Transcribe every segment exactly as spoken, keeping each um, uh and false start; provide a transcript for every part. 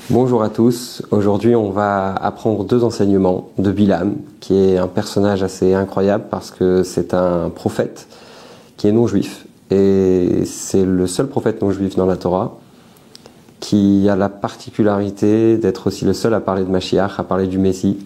Bonjour à tous, aujourd'hui on va apprendre deux enseignements de Bilam, qui est un personnage assez incroyable parce que c'est un prophète qui est non-juif et c'est le seul prophète non-juif dans la Torah qui a la particularité d'être aussi le seul à parler de Mashiach, à parler du Messie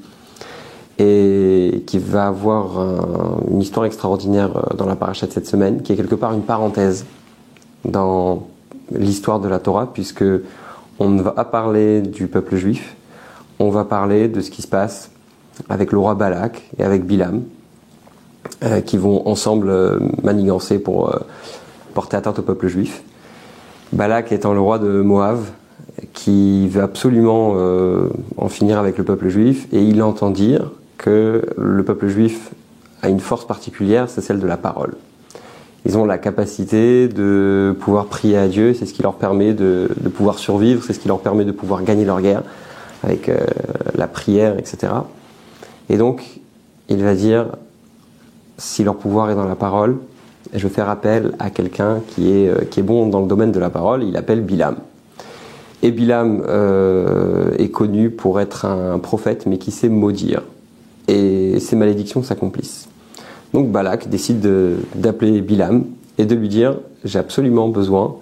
et qui va avoir un, une histoire extraordinaire dans la paracha de cette semaine qui est quelque part une parenthèse dans l'histoire de la Torah puisque on ne va pas parler du peuple juif, on va parler de ce qui se passe avec le roi Balak et avec Bilam, euh, qui vont ensemble euh, manigancer pour euh, porter atteinte au peuple juif. Balak étant le roi de Moab, qui veut absolument euh, en finir avec le peuple juif, et il entend dire que le peuple juif a une force particulière, c'est celle de la parole. Ils ont la capacité de pouvoir prier à Dieu, c'est ce qui leur permet de, de pouvoir survivre, c'est ce qui leur permet de pouvoir gagner leur guerre avec euh, la prière, et cetera. Et donc, il va dire, si leur pouvoir est dans la parole, je vais faire appel à quelqu'un qui est, euh, qui est bon dans le domaine de la parole, il appelle Bilam. Et Bilam euh, est connu pour être un prophète, mais qui sait maudire. Et ses malédictions s'accomplissent. Donc Balak décide de, d'appeler Bilam et de lui dire « J'ai absolument besoin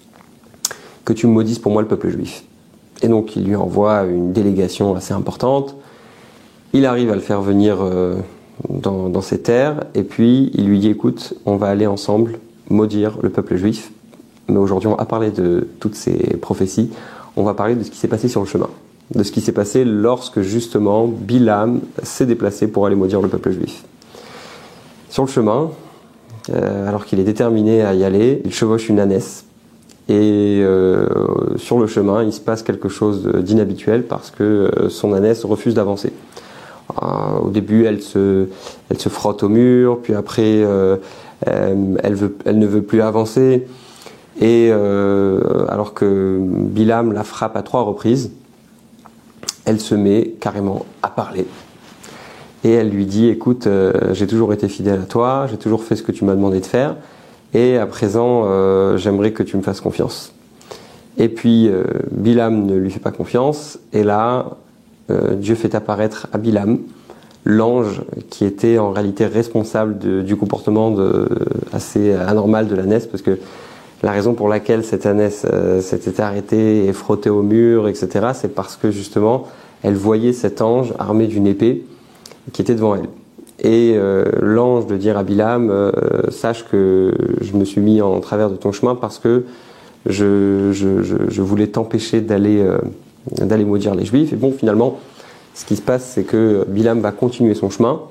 que tu me maudisses pour moi le peuple juif ». Et donc il lui envoie une délégation assez importante. Il arrive à le faire venir euh, dans, dans ses terres et puis il lui dit « Écoute, on va aller ensemble maudire le peuple juif. Mais aujourd'hui on va parler de toutes ces prophéties. On va parler de ce qui s'est passé sur le chemin. De ce qui s'est passé lorsque justement Bilam s'est déplacé pour aller maudire le peuple juif. » Sur le chemin, euh, alors qu'il est déterminé à y aller, il chevauche une ânesse et euh, sur le chemin, il se passe quelque chose d'inhabituel parce que euh, son ânesse refuse d'avancer. Euh, au début, elle se, elle se frotte au mur, puis après, euh, elle, veut, elle ne veut plus avancer. Et euh, alors que Bilam la frappe à trois reprises, elle se met carrément à parler. Et elle lui dit, écoute, euh, j'ai toujours été fidèle à toi, j'ai toujours fait ce que tu m'as demandé de faire, et à présent, euh, j'aimerais que tu me fasses confiance. Et puis, euh, Bilam ne lui fait pas confiance, et là, euh, Dieu fait apparaître à Bilam l'ange qui était en réalité responsable de, du comportement de, assez anormal de l'ânesse, parce que la raison pour laquelle cette ânesse euh, s'était arrêtée et frottée au mur, et cetera, c'est parce que justement, elle voyait cet ange armé d'une épée, qui était devant elle. Et euh, l'ange de dire à Bilam, euh, sache que je me suis mis en travers de ton chemin parce que je, je, je, je voulais t'empêcher d'aller, euh, d'aller maudire les Juifs. Et bon, finalement, ce qui se passe, c'est que Bilam va continuer son chemin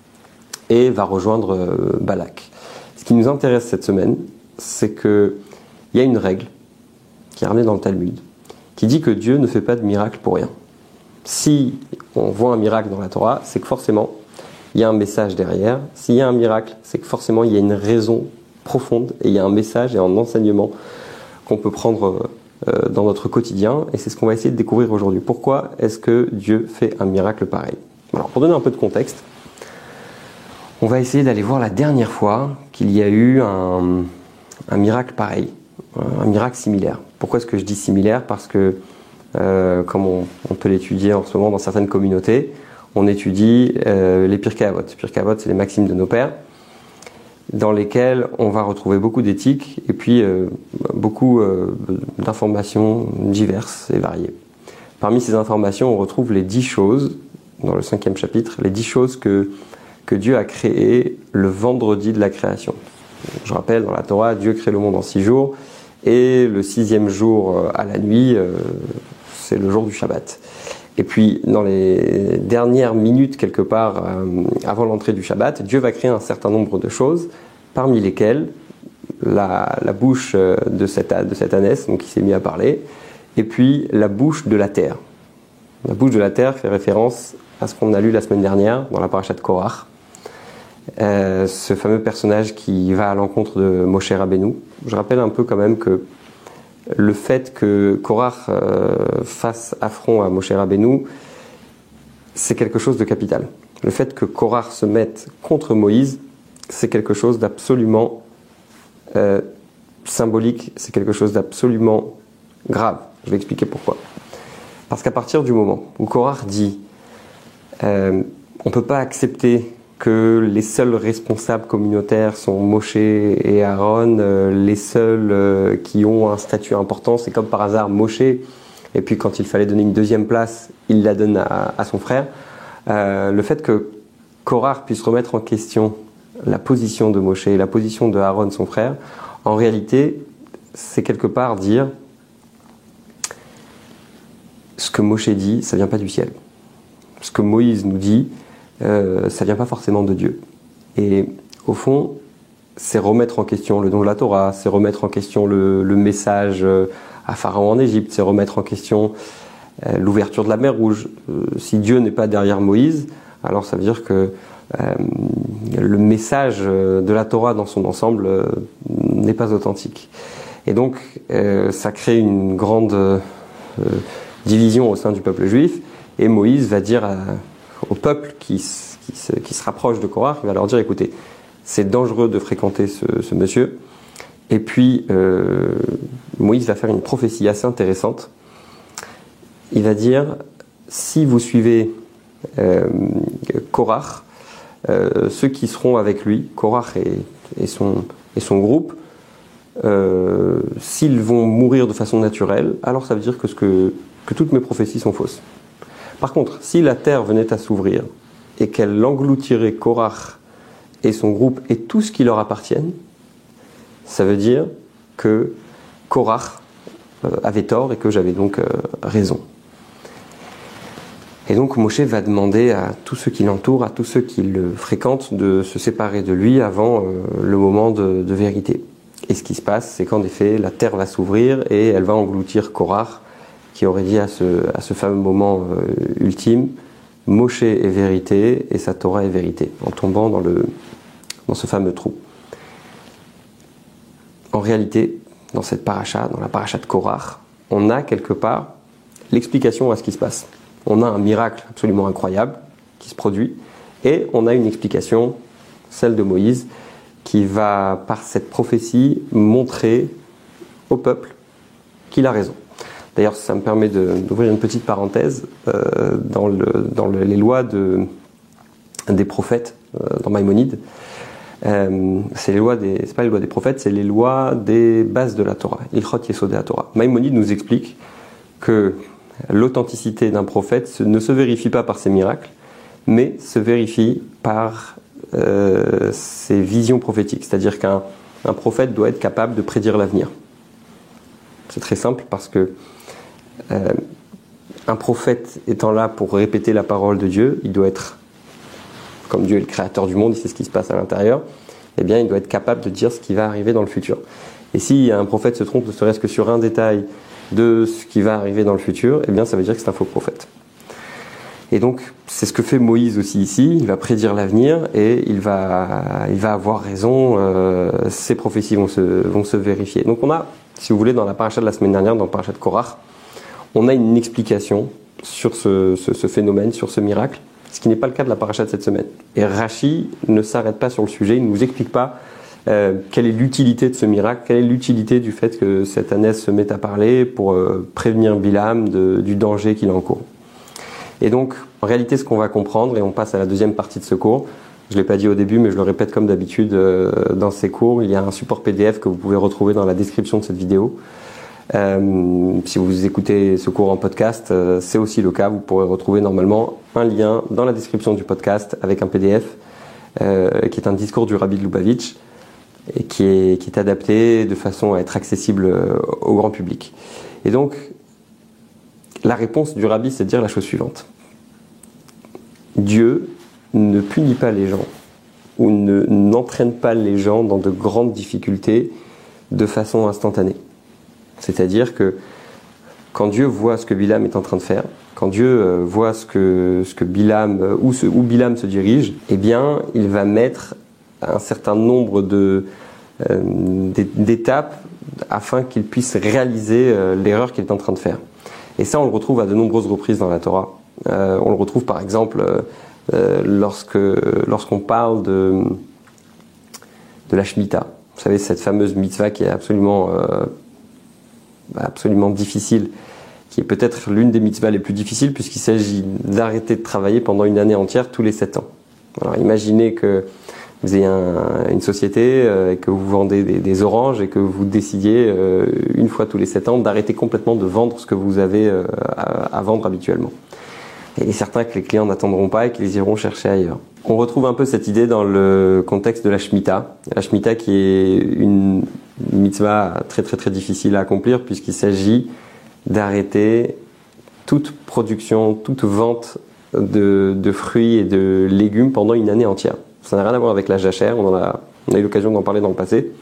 et va rejoindre euh, Balak. Ce qui nous intéresse cette semaine, c'est qu'il y a une règle qui est ramenée dans le Talmud, qui dit que Dieu ne fait pas de miracle pour rien. Si on voit un miracle dans la Torah, c'est que forcément, il y a un message derrière. S'il y a un miracle, c'est que forcément, il y a une raison profonde et il y a un message et un enseignement qu'on peut prendre euh, dans notre quotidien. Et c'est ce qu'on va essayer de découvrir aujourd'hui. Pourquoi est-ce que Dieu fait un miracle pareil ? Alors, pour donner un peu de contexte, on va essayer d'aller voir la dernière fois qu'il y a eu un, un miracle pareil, un miracle similaire. Pourquoi est-ce que je dis similaire ? Parce que Euh, comme on, on peut l'étudier en ce moment dans certaines communautés, on étudie euh, les Pirkei Avot. Pirkei Avot, c'est les maximes de nos pères, dans lesquelles on va retrouver beaucoup d'éthiques et puis euh, beaucoup euh, d'informations diverses et variées. Parmi ces informations, on retrouve les dix choses, dans le cinquième chapitre, les dix choses que, que Dieu a créées le vendredi de la création. Je rappelle, dans la Torah, Dieu crée le monde en six jours, et le sixième jour euh, à la nuit, euh, c'est le jour du Shabbat. Et puis, dans les dernières minutes, quelque part, euh, avant l'entrée du Shabbat, Dieu va créer un certain nombre de choses, parmi lesquelles la, la bouche de cette, de cette ânesse, donc qui s'est mis à parler, et puis la bouche de la terre. La bouche de la terre fait référence à ce qu'on a lu la semaine dernière, dans la paracha de Korach, euh, ce fameux personnage qui va à l'encontre de Moshe Rabbeinu. Je rappelle un peu quand même que le fait que Korach euh, fasse affront à Moshe Rabbeinu, c'est quelque chose de capital. Le fait que Korach se mette contre Moïse, c'est quelque chose d'absolument euh, symbolique, c'est quelque chose d'absolument grave. Je vais expliquer pourquoi. Parce qu'à partir du moment où Korach dit euh, on ne peut pas accepter que les seuls responsables communautaires sont Moshe et Aaron, euh, les seuls euh, qui ont un statut important, c'est comme par hasard Moshe, et puis quand il fallait donner une deuxième place, il la donne à, à son frère. Euh, le fait que Korach puisse remettre en question la position de Moshe et la position de Aaron, son frère, en réalité, c'est quelque part dire ce que Moshe dit, ça vient pas du ciel. Ce que Moïse nous dit, euh, ça vient pas forcément de Dieu. Et au fond, c'est remettre en question le don de la Torah, c'est remettre en question le, le message à Pharaon en Égypte, c'est remettre en question euh, l'ouverture de la mer Rouge. Euh, si Dieu n'est pas derrière Moïse, alors ça veut dire que euh, le message de la Torah dans son ensemble euh, n'est pas authentique. Et donc, euh, ça crée une grande euh, division au sein du peuple juif, et Moïse va dire à, au peuple qui, qui, se, qui se rapproche de Korach, il va leur dire, écoutez, c'est dangereux de fréquenter ce, ce monsieur. Et puis, euh, Moïse va faire une prophétie assez intéressante. Il va dire, si vous suivez euh, Korach, euh, ceux qui seront avec lui, Korach et, et, son, et son groupe, euh, s'ils vont mourir de façon naturelle, alors ça veut dire que, ce que, que toutes mes prophéties sont fausses. Par contre, si la terre venait à s'ouvrir et qu'elle engloutirait Korach et son groupe et tout ce qui leur appartienne, ça veut dire que Korach euh, avait tort et que j'avais donc euh, raison. Et donc Moshe va demander à tous ceux qui l'entourent, à tous ceux qui le fréquentent, de se séparer de lui avant euh, le moment de, de vérité. Et ce qui se passe, c'est qu'en effet, la terre va s'ouvrir et elle va engloutir Korach, qui aurait dit à ce, à ce fameux moment euh, ultime, Moshe est vérité et sa Torah est vérité, en tombant dans, le, dans ce fameux trou. En réalité, dans cette paracha, dans la paracha de Korach, on a quelque part l'explication à ce qui se passe. On a un miracle absolument incroyable qui se produit, et on a une explication, celle de Moïse, qui va, par cette prophétie, montrer au peuple qu'il a raison. D'ailleurs, ça me permet de, d'ouvrir une petite parenthèse euh, dans, le, dans le, les lois de, des prophètes, euh, dans Maïmonide. Euh, c'est les lois des, c'est pas les lois des prophètes, c'est les lois des bases de la Torah, Ilchot Yesodei HaTorah. Maïmonide nous explique que l'authenticité d'un prophète ne se vérifie pas par ses miracles, mais se vérifie par euh, ses visions prophétiques. C'est-à-dire qu'un un prophète doit être capable de prédire l'avenir. C'est très simple parce que euh, un prophète étant là pour répéter la parole de Dieu, il doit être, comme Dieu est le créateur du monde, il sait ce qui se passe à l'intérieur, eh bien il doit être capable de dire ce qui va arriver dans le futur. Et si un prophète se trompe ne serait-ce que sur un détail de ce qui va arriver dans le futur, eh bien ça veut dire que c'est un faux prophète. Et donc c'est ce que fait Moïse aussi ici, il va prédire l'avenir et il va, il va avoir raison, euh, ses prophéties vont se, vont se vérifier. Donc on a, si vous voulez, dans la paracha de la semaine dernière, dans la paracha de Korach, on a une explication sur ce, ce, ce phénomène, sur ce miracle, ce qui n'est pas le cas de la paracha de cette semaine. Et Rashi ne s'arrête pas sur le sujet, il ne nous explique pas euh, quelle est l'utilité de ce miracle, quelle est l'utilité du fait que cette ânesse se mette à parler pour euh, prévenir Bilam de, du danger qu'il encourt. Et donc, en réalité, ce qu'on va comprendre, et on passe à la deuxième partie de ce cours, je ne l'ai pas dit au début, mais je le répète comme d'habitude euh, dans ces cours, il y a un support P D F que vous pouvez retrouver dans la description de cette vidéo. Euh, si vous écoutez ce cours en podcast, euh, c'est aussi le cas. Vous pourrez retrouver normalement un lien dans la description du podcast avec un P D F euh, qui est un discours du Rabbi de Lubavitch et qui est, qui est adapté de façon à être accessible euh, au grand public. Et donc, la réponse du Rabbi, c'est de dire la chose suivante. Dieu ne punit pas les gens ou ne, n'entraîne pas les gens dans de grandes difficultés de façon instantanée. C'est-à-dire que quand Dieu voit ce que Bilam est en train de faire, quand Dieu voit ce que, ce que Bilam, où, ce, où Bilam se dirige, eh bien, il va mettre un certain nombre de, euh, d'étapes afin qu'il puisse réaliser euh, l'erreur qu'il est en train de faire. Et ça, on le retrouve à de nombreuses reprises dans la Torah. Euh, on le retrouve par exemple euh, lorsque, lorsqu'on parle de, de la Shemitah. Vous savez, cette fameuse mitzvah qui est absolument, euh, absolument difficile qui est peut-être l'une des mitzvahs les plus difficiles puisqu'il s'agit d'arrêter de travailler pendant une année entière tous les sept ans. Alors imaginez que vous ayez un, une société euh, et que vous vendez des, des oranges et que vous décidiez euh, une fois tous les sept ans d'arrêter complètement de vendre ce que vous avez euh, à, à vendre habituellement. Et il est certain que les clients n'attendront pas et qu'ils iront chercher ailleurs. On retrouve un peu cette idée dans le contexte de la Shemitah. La Shemitah qui est une mitzvah très très très difficile à accomplir puisqu'il s'agit d'arrêter toute production, toute vente de, de fruits et de légumes pendant une année entière. Ça n'a rien à voir avec la jachère, on, en a, on a eu l'occasion d'en parler dans le passé.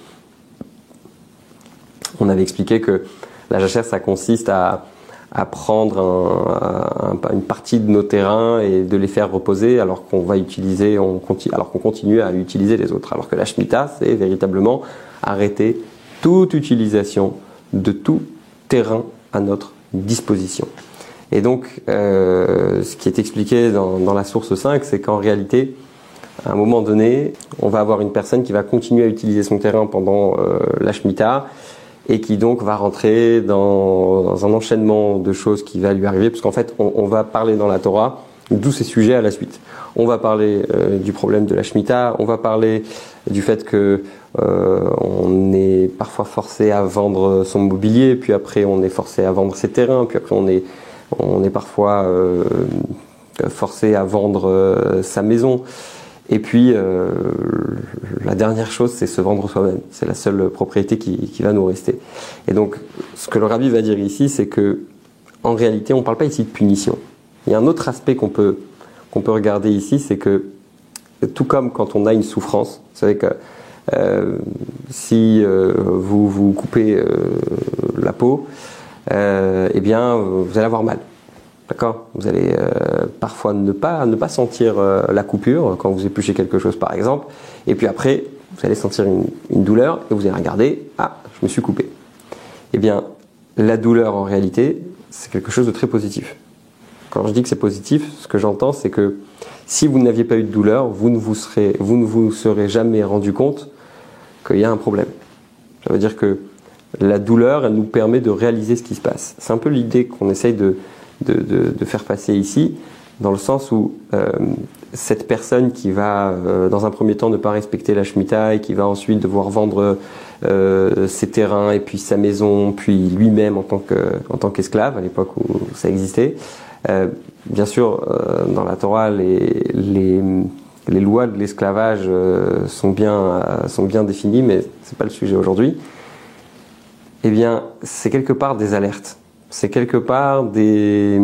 On avait expliqué que la jachère, ça consiste à, à prendre un, un, une partie de nos terrains et de les faire reposer alors qu'on va utiliser, on continue, alors qu'on continue à utiliser les autres. Alors que la Shemitah, c'est véritablement arrêter toute utilisation de tout terrain à notre disposition. Et donc, euh, ce qui est expliqué dans, dans la source cinq, c'est qu'en réalité, à un moment donné, on va avoir une personne qui va continuer à utiliser son terrain pendant euh, la Shemitah et qui donc va rentrer dans, dans un enchaînement de choses qui va lui arriver, parce qu'en fait, on, on va parler dans la Torah d'où ces sujets à la suite. On va parler euh, du problème de la Shemitah, on va parler du fait que euh, on est parfois forcé à vendre son mobilier, puis après on est forcé à vendre ses terrains, puis après on est, on est parfois euh, forcé à vendre euh, sa maison. Et puis, euh, la dernière chose, c'est se vendre soi-même. C'est la seule propriété qui, qui va nous rester. Et donc, ce que le rabbi va dire ici, c'est que, en réalité, on ne parle pas ici de punition. Il y a un autre aspect qu'on peut, qu'on peut regarder ici, c'est que, tout comme quand on a une souffrance, vous savez que euh, si euh, vous vous coupez euh, la peau, euh, eh bien, vous allez avoir mal. D'accord ? Vous allez euh, parfois ne pas, ne pas sentir euh, la coupure quand vous épluchez quelque chose par exemple, et puis après vous allez sentir une, une douleur et vous allez regarder, ah, je me suis coupé. Eh bien, la douleur en réalité, c'est quelque chose de très positif. Quand je dis que c'est positif, ce que j'entends c'est que si vous n'aviez pas eu de douleur, vous ne vous serez, vous ne vous serez jamais rendu compte qu'il y a un problème. Ça veut dire que la douleur, elle nous permet de réaliser ce qui se passe. C'est un peu l'idée qu'on essaye de De, de, de faire passer ici, dans le sens où euh, cette personne qui va euh, dans un premier temps ne pas respecter la Shemitah et qui va ensuite devoir vendre euh, ses terrains et puis sa maison, puis lui-même en tant que, en tant qu'esclave à l'époque où ça existait. Euh, bien sûr, euh, dans la Torah, les, les, les lois de l'esclavage euh, sont bien, euh, sont bien définies, mais c'est pas le sujet aujourd'hui. Eh bien, c'est quelque part des alertes. C'est quelque part des,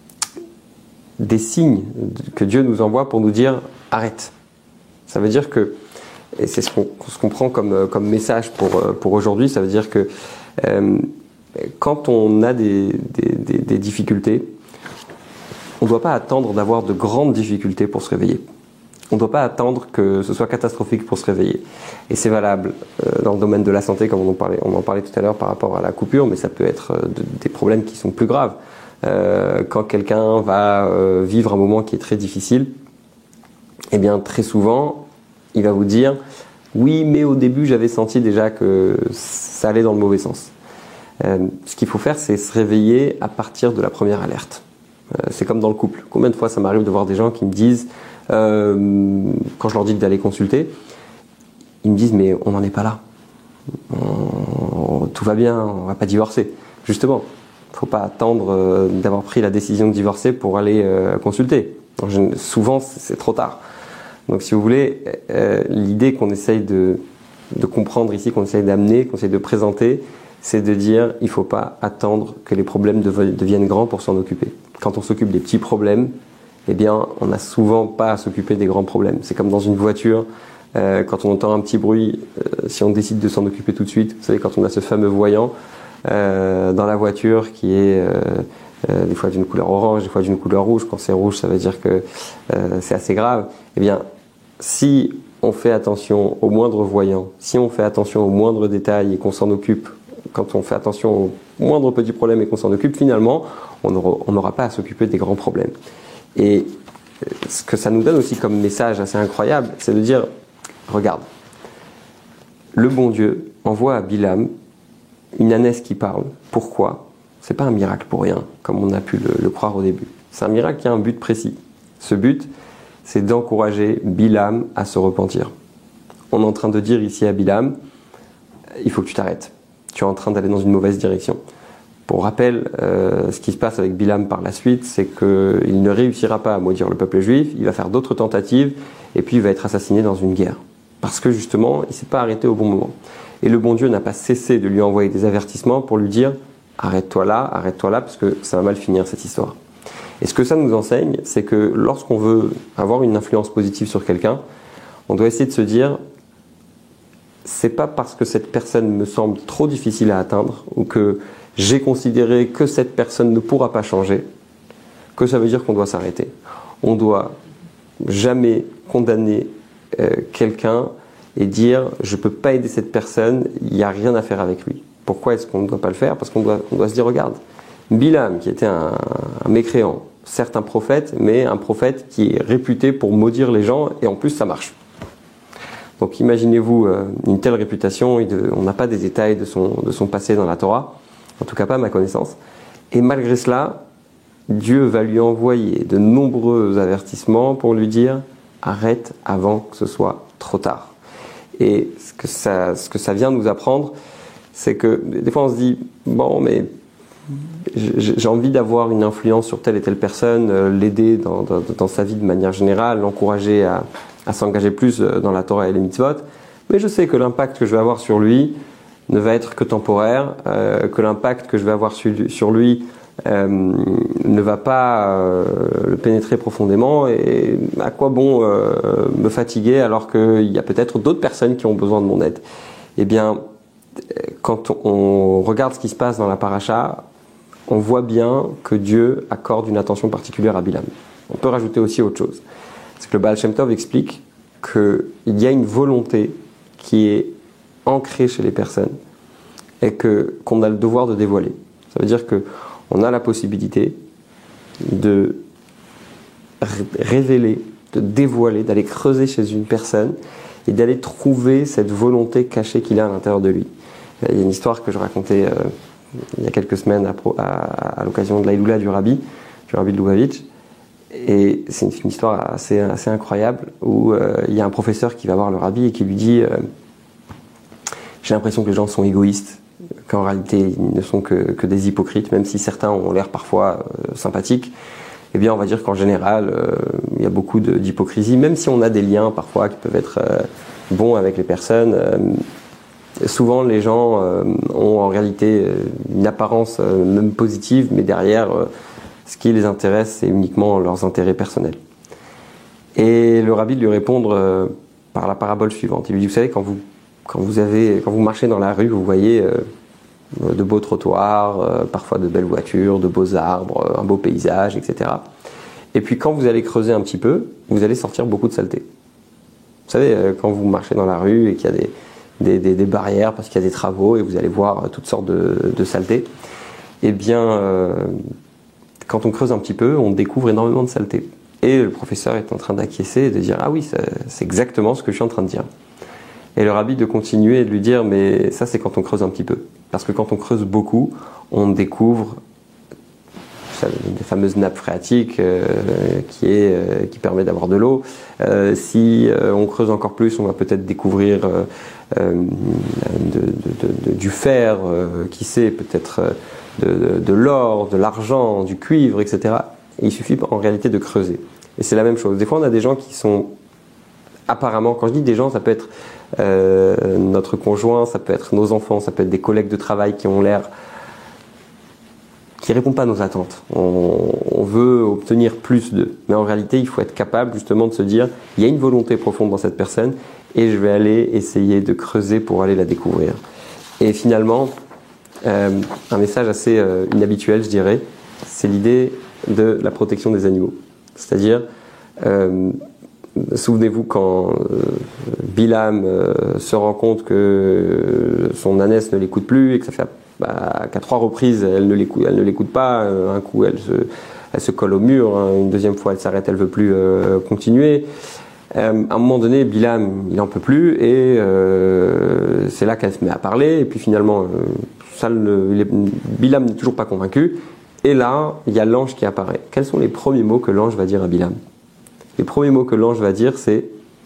des signes que Dieu nous envoie pour nous dire « arrête ». Ça veut dire que, et c'est ce qu'on, ce qu'on prend comme, comme message pour, pour aujourd'hui, ça veut dire que euh, quand on a des, des, des, des difficultés, on ne doit pas attendre d'avoir de grandes difficultés pour se réveiller. On ne doit pas attendre que ce soit catastrophique pour se réveiller. Et c'est valable euh, dans le domaine de la santé, comme on en parlait, on en parlait tout à l'heure par rapport à la coupure, mais ça peut être euh, de, des problèmes qui sont plus graves. Euh, quand quelqu'un va euh, vivre un moment qui est très difficile, eh bien très souvent, il va vous dire « oui, mais au début, j'avais senti déjà que ça allait dans le mauvais sens euh, ». Ce qu'il faut faire, c'est se réveiller à partir de la première alerte. Euh, c'est comme dans le couple. Combien de fois ça m'arrive de voir des gens qui me disent Euh, quand je leur dis d'aller consulter, ils me disent mais on n'en est pas là, on, tout va bien, on va pas divorcer. Justement, il ne faut pas attendre euh, d'avoir pris la décision de divorcer pour aller euh, consulter. Donc, je, souvent c'est trop tard. Donc si vous voulez, euh, l'idée qu'on essaye de, de comprendre ici, qu'on essaye d'amener, qu'on essaye de présenter, c'est de dire il ne faut pas attendre que les problèmes deviennent grands pour s'en occuper. Quand on s'occupe des petits problèmes, eh bien, on n'a souvent pas à s'occuper des grands problèmes. C'est comme dans une voiture, euh, quand on entend un petit bruit, euh, si on décide de s'en occuper tout de suite, vous savez, quand on a ce fameux voyant euh, dans la voiture qui est euh, euh, des fois d'une couleur orange, des fois d'une couleur rouge, quand c'est rouge, ça veut dire que euh, c'est assez grave. Eh bien, si on fait attention aux moindres voyants, si on fait attention aux moindres détails et qu'on s'en occupe, quand on fait attention aux moindres petits problèmes et qu'on s'en occupe, finalement, on n'aura pas à s'occuper des grands problèmes. Et ce que ça nous donne aussi comme message assez incroyable, c'est de dire, regarde, le bon Dieu envoie à Bilam une ânesse qui parle. Pourquoi ? c'est pas un miracle pour rien, comme on a pu le, le croire au début. C'est un miracle qui a un but précis. Ce but, c'est d'encourager Bilam à se repentir. On est en train de dire ici à Bilam, il faut que tu t'arrêtes. Tu es en train d'aller dans une mauvaise direction. Pour rappel, euh, ce qui se passe avec Bilam par la suite, c'est qu'il ne réussira pas à maudire le peuple juif, il va faire d'autres tentatives, et puis il va être assassiné dans une guerre. Parce que justement, il ne s'est pas arrêté au bon moment. Et le bon Dieu n'a pas cessé de lui envoyer des avertissements pour lui dire « arrête-toi là, arrête-toi là, parce que ça va mal finir cette histoire ». Et ce que ça nous enseigne, c'est que lorsqu'on veut avoir une influence positive sur quelqu'un, on doit essayer de se dire « c'est pas parce que cette personne me semble trop difficile à atteindre, ou que j'ai considéré que cette personne ne pourra pas changer, que ça veut dire qu'on doit s'arrêter. On doit jamais condamner euh, quelqu'un et dire « je ne peux pas aider cette personne, il n'y a rien à faire avec lui ». Pourquoi est-ce qu'on ne doit pas le faire? Parce qu'on doit, on doit se dire « regarde, Bilam qui était un, un mécréant, certes un prophète, mais un prophète qui est réputé pour maudire les gens et en plus ça marche ». Donc imaginez-vous euh, une telle réputation, et de, on n'a pas des détails de son, de son passé dans la Torah, en tout cas pas à ma connaissance. Et malgré cela, Dieu va lui envoyer de nombreux avertissements pour lui dire « arrête avant que ce soit trop tard ». Et ce que ça, ce que ça vient nous apprendre, c'est que des fois on se dit « bon, mais j'ai envie d'avoir une influence sur telle et telle personne, euh, l'aider dans, dans, dans sa vie de manière générale, l'encourager à, à s'engager plus dans la Torah et les mitzvot, mais je sais que l'impact que je vais avoir sur lui ne va être que temporaire, euh, que l'impact que je vais avoir sur, sur lui euh, ne va pas euh, le pénétrer profondément, et à quoi bon euh, me fatiguer alors qu'il y a peut-être d'autres personnes qui ont besoin de mon aide. » Eh bien, quand on regarde ce qui se passe dans la paracha, on voit bien que Dieu accorde une attention particulière à Bilam. On peut rajouter aussi autre chose. C'est que le Baal Shem Tov explique qu'il y a une volonté qui est ancrée chez les personnes et que, qu'on a le devoir de dévoiler. Ça veut dire qu'on a la possibilité de révéler, de dévoiler, d'aller creuser chez une personne et d'aller trouver cette volonté cachée qu'il a à l'intérieur de lui. Il y a une histoire que je racontais euh, il y a quelques semaines à, à, à l'occasion de l'Aïloula du Rabbi, du Rabbi de Lubavitch. Et c'est une, une histoire assez, assez incroyable où euh, il y a un professeur qui va voir le Rabbi et qui lui dit euh, « j'ai l'impression que les gens sont égoïstes, qu'en réalité ils ne sont que, que des hypocrites, même si certains ont l'air parfois euh, sympathiques. Eh bien on va dire qu'en général euh, il y a beaucoup de, d'hypocrisie, même si on a des liens parfois qui peuvent être euh, bons avec les personnes. Euh, souvent les gens euh, ont en réalité une apparence euh, même positive, mais derrière euh, ce qui les intéresse, c'est uniquement leurs intérêts personnels. » Et le Rabbi lui répondre euh, par la parabole suivante. Il lui dit, vous savez, quand vous, quand vous, avez, quand vous marchez dans la rue, vous voyez euh, de beaux trottoirs, euh, parfois de belles voitures, de beaux arbres, un beau paysage, et cetera. Et puis quand vous allez creuser un petit peu, vous allez sortir beaucoup de saleté. Vous savez, euh, quand vous marchez dans la rue et qu'il y a des, des, des, des barrières parce qu'il y a des travaux et vous allez voir toutes sortes de, de saletés, eh bien... Euh, quand on creuse un petit peu, on découvre énormément de saleté. Et le professeur est en train d'acquiescer et de dire « ah oui, c'est exactement ce que je suis en train de dire ». Et le Rabbi de continuer et de lui dire « mais ça c'est quand on creuse un petit peu ». Parce que quand on creuse beaucoup, on découvre des fameuses nappes phréatiques euh, qui, est, euh, qui permet d'avoir de l'eau. Euh, si euh, on creuse encore plus, on va peut-être découvrir euh, euh, de, de, de, du fer, euh, qui sait, peut-être... Euh, de, de, de l'or, de l'argent, du cuivre, et cetera. Et il suffit en réalité de creuser. Et c'est la même chose. Des fois, on a des gens qui sont apparemment, quand je dis des gens, ça peut être euh, notre conjoint, ça peut être nos enfants, ça peut être des collègues de travail qui ont l'air, qui répondent pas à nos attentes. On, on veut obtenir plus d'eux. Mais en réalité, il faut être capable justement de se dire, il y a une volonté profonde dans cette personne et je vais aller essayer de creuser pour aller la découvrir. Et finalement, Euh, un message assez euh, inhabituel, je dirais, c'est l'idée de la protection des animaux. C'est-à-dire, euh, souvenez-vous quand euh, Bilam euh, se rend compte que son ânesse ne l'écoute plus et que ça fait bah, qu'à trois reprises elle ne l'écoute, elle ne l'écoute pas. Euh, un coup elle se, elle se colle au mur, hein, une deuxième fois elle s'arrête, elle veut plus euh, continuer. Euh, à un moment donné, Bilam il en peut plus et euh, c'est là qu'elle se met à parler et puis finalement euh, ça le, il est, Bilam n'est toujours pas convaincu. Et là, il y a l'ange qui apparaît. Quels sont les premiers mots que l'ange va dire à Bilam? Les premiers mots que l'ange va dire, c'est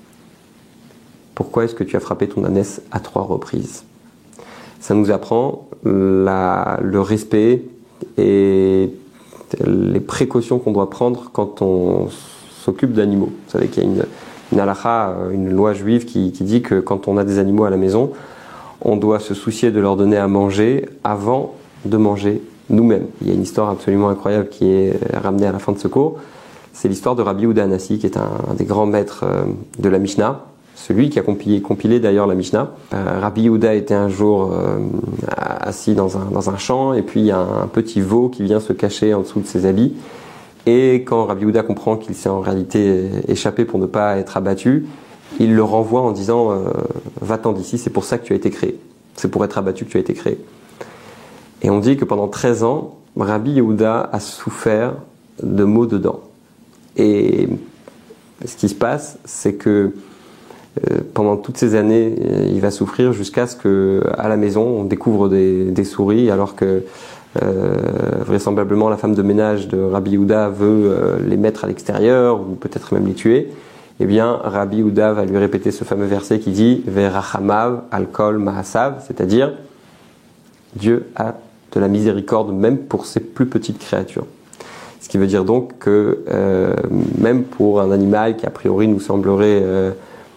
« Pourquoi est-ce que tu as frappé ton ânesse à trois reprises ?» Ça nous apprend la, le respect et les précautions qu'on doit prendre quand on s'occupe d'animaux. Vous savez qu'il y a une, une halakha, une loi juive qui, qui dit que quand on a des animaux à la maison, on doit se soucier de leur donner à manger avant de manger nous-mêmes. Il y a une histoire absolument incroyable qui est ramenée à la fin de ce cours. C'est l'histoire de Rabbi Yehuda Hanassi, qui est un, un des grands maîtres de la Mishnah, celui qui a compilé, compilé d'ailleurs la Mishnah. Euh, Rabbi Yehuda était un jour euh, assis dans un, dans un champ, et puis il y a un, un petit veau qui vient se cacher en dessous de ses habits. Et quand Rabbi Yehuda comprend qu'il s'est en réalité échappé pour ne pas être abattu, il le renvoie en disant euh, « Va-t'en d'ici, c'est pour ça que tu as été créé. C'est pour être abattu que tu as été créé. » Et on dit que pendant treize ans, Rabbi Yehuda a souffert de maux de dents. Et ce qui se passe, c'est que euh, pendant toutes ces années, il va souffrir jusqu'à ce qu'à la maison, on découvre des, des souris, alors que euh, vraisemblablement la femme de ménage de Rabbi Yehuda veut euh, les mettre à l'extérieur, ou peut-être même les tuer. Eh bien, Rabbi Yehuda va lui répéter ce fameux verset qui dit « Verachamav alkol mahasav », c'est-à-dire Dieu a de la miséricorde même pour ses plus petites créatures. Ce qui veut dire donc que euh, même pour un animal qui a priori nous semblerait euh,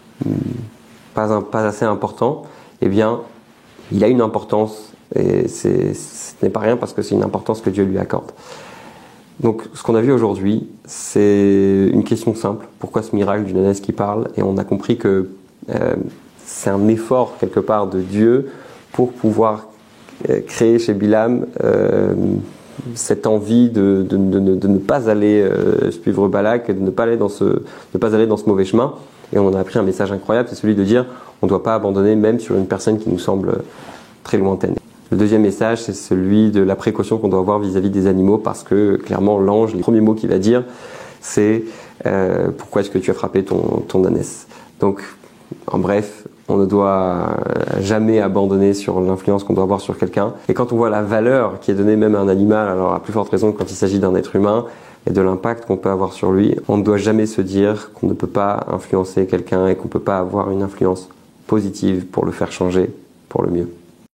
pas, un, pas assez important, eh bien, il a une importance, et c'est, ce n'est pas rien parce que c'est une importance que Dieu lui accorde. Donc ce qu'on a vu aujourd'hui, c'est une question simple. Pourquoi ce miracle d'une ânesse qui parle? Et on a compris que euh, c'est un effort quelque part de Dieu pour pouvoir créer chez Bilam euh, cette envie de, de, de, de ne pas aller euh, suivre Balak, et de ne pas aller dans ce, de pas aller dans ce mauvais chemin. Et on en a appris un message incroyable, c'est celui de dire on ne doit pas abandonner même sur une personne qui nous semble très lointaine. Le deuxième message, c'est celui de la précaution qu'on doit avoir vis-à-vis des animaux, parce que clairement l'ange, les premiers mots qu'il va dire, c'est euh, pourquoi est-ce que tu as frappé ton, ton ânesse. Donc en bref, on ne doit jamais abandonner sur l'influence qu'on doit avoir sur quelqu'un. Et quand on voit la valeur qui est donnée même à un animal, alors à plus forte raison quand il s'agit d'un être humain, et de l'impact qu'on peut avoir sur lui, on ne doit jamais se dire qu'on ne peut pas influencer quelqu'un et qu'on ne peut pas avoir une influence positive pour le faire changer pour le mieux.